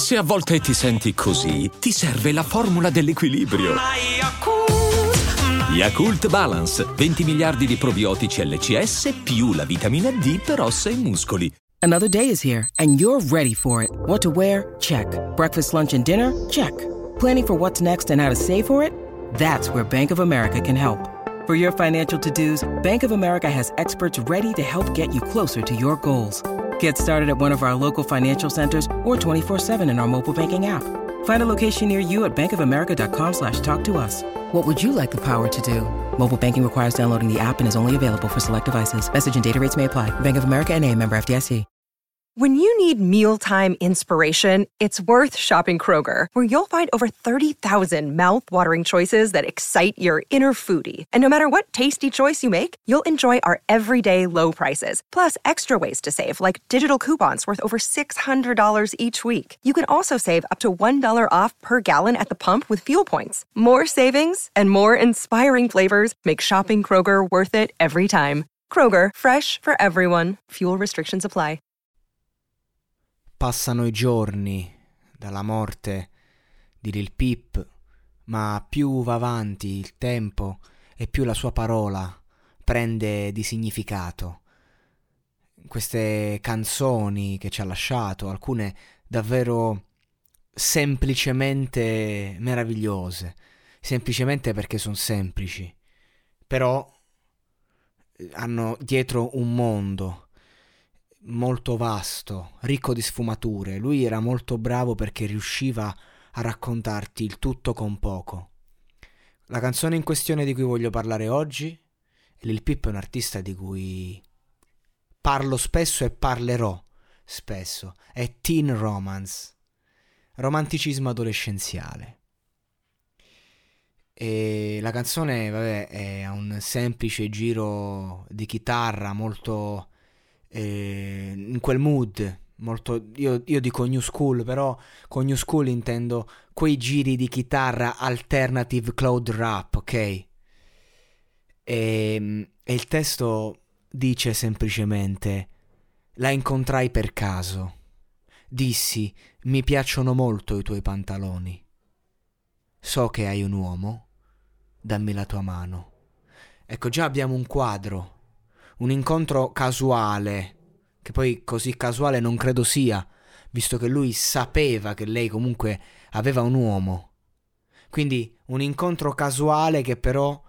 Se a volte ti senti così, ti serve la formula dell'equilibrio. Yakult Balance, 20 miliardi di probiotici LCS più la vitamina D per ossa e muscoli. Another day is here, and you're ready for it. What to wear? Check. Breakfast, lunch, and dinner? Check. Planning for what's next and how to save for it? That's where Bank of America can help. For your financial to-dos, Bank of America has experts ready to help get you closer to your goals. Get started at one of our local financial centers or 24/7 in our mobile banking app. Find a location near you at bankofamerica.com/talktous. What would you like the power to do? Mobile banking requires downloading the app and is only available for select devices. Message and data rates may apply. Bank of America N.A., member FDIC. When you need mealtime inspiration, it's worth shopping Kroger, where you'll find over 30,000 mouth-watering choices that excite your inner foodie. And no matter what tasty choice you make, you'll enjoy our everyday low prices, plus extra ways to save, like digital coupons worth over $600 each week. You can also save up to $1 off per gallon at the pump with fuel points. More savings and more inspiring flavors make shopping Kroger worth it every time. Kroger, fresh for everyone. Fuel restrictions apply. Passano i giorni dalla morte di Lil Peep, ma più va avanti il tempo e più la sua parola prende di significato. Queste canzoni che ci ha lasciato, alcune davvero semplicemente meravigliose, semplicemente perché sono semplici, però hanno dietro un mondo molto vasto, ricco di sfumature. Lui era molto bravo perché riusciva a raccontarti il tutto con poco. La canzone in questione di cui voglio parlare oggi, Lil Peep è un artista di cui parlo spesso e parlerò spesso, è teen romance, romanticismo adolescenziale. E la canzone, vabbè, è un semplice giro di chitarra molto in quel mood molto, io dico new school, però con new school intendo quei giri di chitarra alternative cloud rap, ok? E il testo dice semplicemente: la incontrai per caso, dissi mi piacciono molto i tuoi pantaloni, so che hai un uomo, dammi la tua mano. Ecco, già abbiamo un quadro, un incontro casuale, che poi così casuale non credo sia, visto che lui sapeva che lei comunque aveva un uomo. Quindi un incontro casuale che però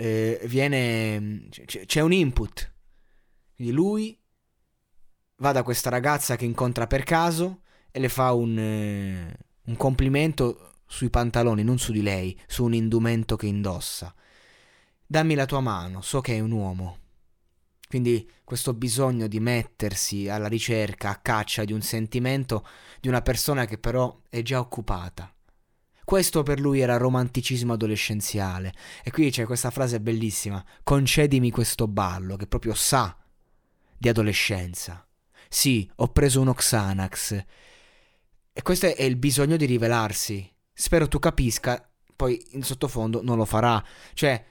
c'è un input. Quindi lui va da questa ragazza che incontra per caso e le fa un complimento sui pantaloni, non su di lei, su un indumento che indossa. Dammi la tua mano, so che è un uomo. Quindi questo bisogno di mettersi alla ricerca, a caccia di un sentimento di una persona che però è già occupata. Questo per lui era romanticismo adolescenziale. E qui c'è questa frase bellissima: concedimi questo ballo, che proprio sa di adolescenza. Sì, ho preso uno Xanax. E questo è il bisogno di rivelarsi. Spero tu capisca, poi in sottofondo non lo farà. Cioè,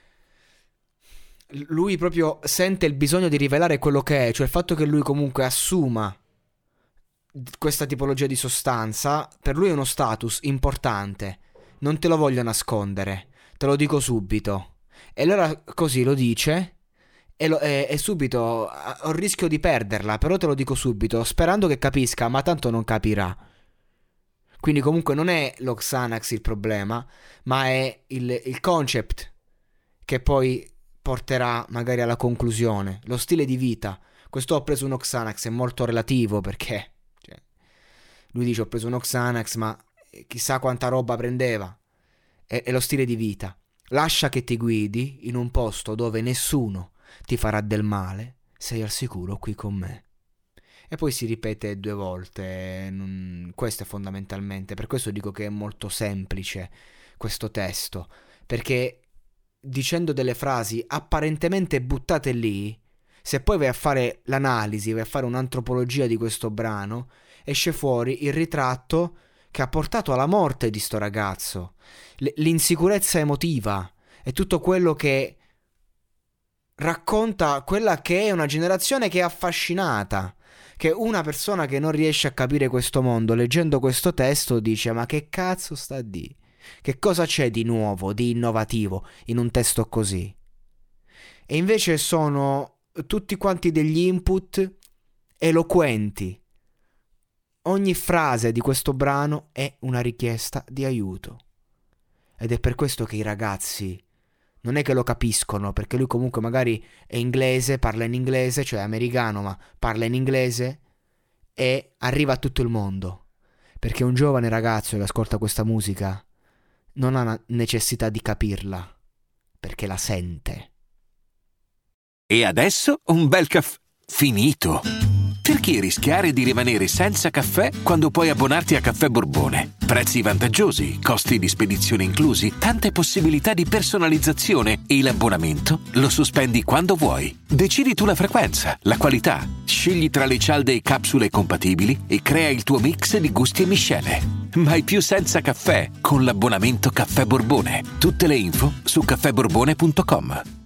lui proprio sente il bisogno di rivelare quello che è, cioè il fatto che lui comunque assuma questa tipologia di sostanza, per lui è uno status importante. Non te lo voglio nascondere, te lo dico subito. E allora così lo dice e subito ho il rischio di perderla, però te lo dico subito, sperando che capisca, ma tanto non capirà. Quindi comunque non è lo Xanax il problema, ma è il concept che poi porterà magari alla conclusione. Lo stile di vita. Questo ho preso uno Xanax è molto relativo, perché lui dice ho preso uno Xanax, ma chissà quanta roba prendeva. È lo stile di vita. Lascia che ti guidi in un posto dove nessuno ti farà del male, sei al sicuro qui con me. E poi si ripete 2 volte. Questo è fondamentalmente, per questo dico che è molto semplice questo testo, perché dicendo delle frasi apparentemente buttate lì, se poi vai a fare l'analisi, vai a fare un'antropologia di questo brano, esce fuori il ritratto che ha portato alla morte di sto ragazzo, l'insicurezza emotiva e tutto quello che racconta quella che è una generazione che è affascinata, che una persona che non riesce a capire questo mondo leggendo questo testo dice: ma che cazzo sta a dire? Che cosa c'è di nuovo, di innovativo in un testo così? E invece sono tutti quanti degli input eloquenti. Ogni frase di questo brano è una richiesta di aiuto. Ed è per questo che i ragazzi non è che lo capiscono, perché lui comunque magari è inglese, parla in inglese, cioè è americano ma parla in inglese e arriva a tutto il mondo. Perché un giovane ragazzo che ascolta questa musica non ha necessità di capirla, perché la sente. E adesso un bel caffè finito. Perché rischiare di rimanere senza caffè quando puoi abbonarti a Caffè Borbone? Prezzi vantaggiosi, costi di spedizione inclusi, tante possibilità di personalizzazione e l'abbonamento lo sospendi quando vuoi. Decidi tu la frequenza, la qualità, scegli tra le cialde e capsule compatibili e crea il tuo mix di gusti e miscele. Mai più senza caffè con l'abbonamento Caffè Borbone. Tutte le info su caffèborbone.com.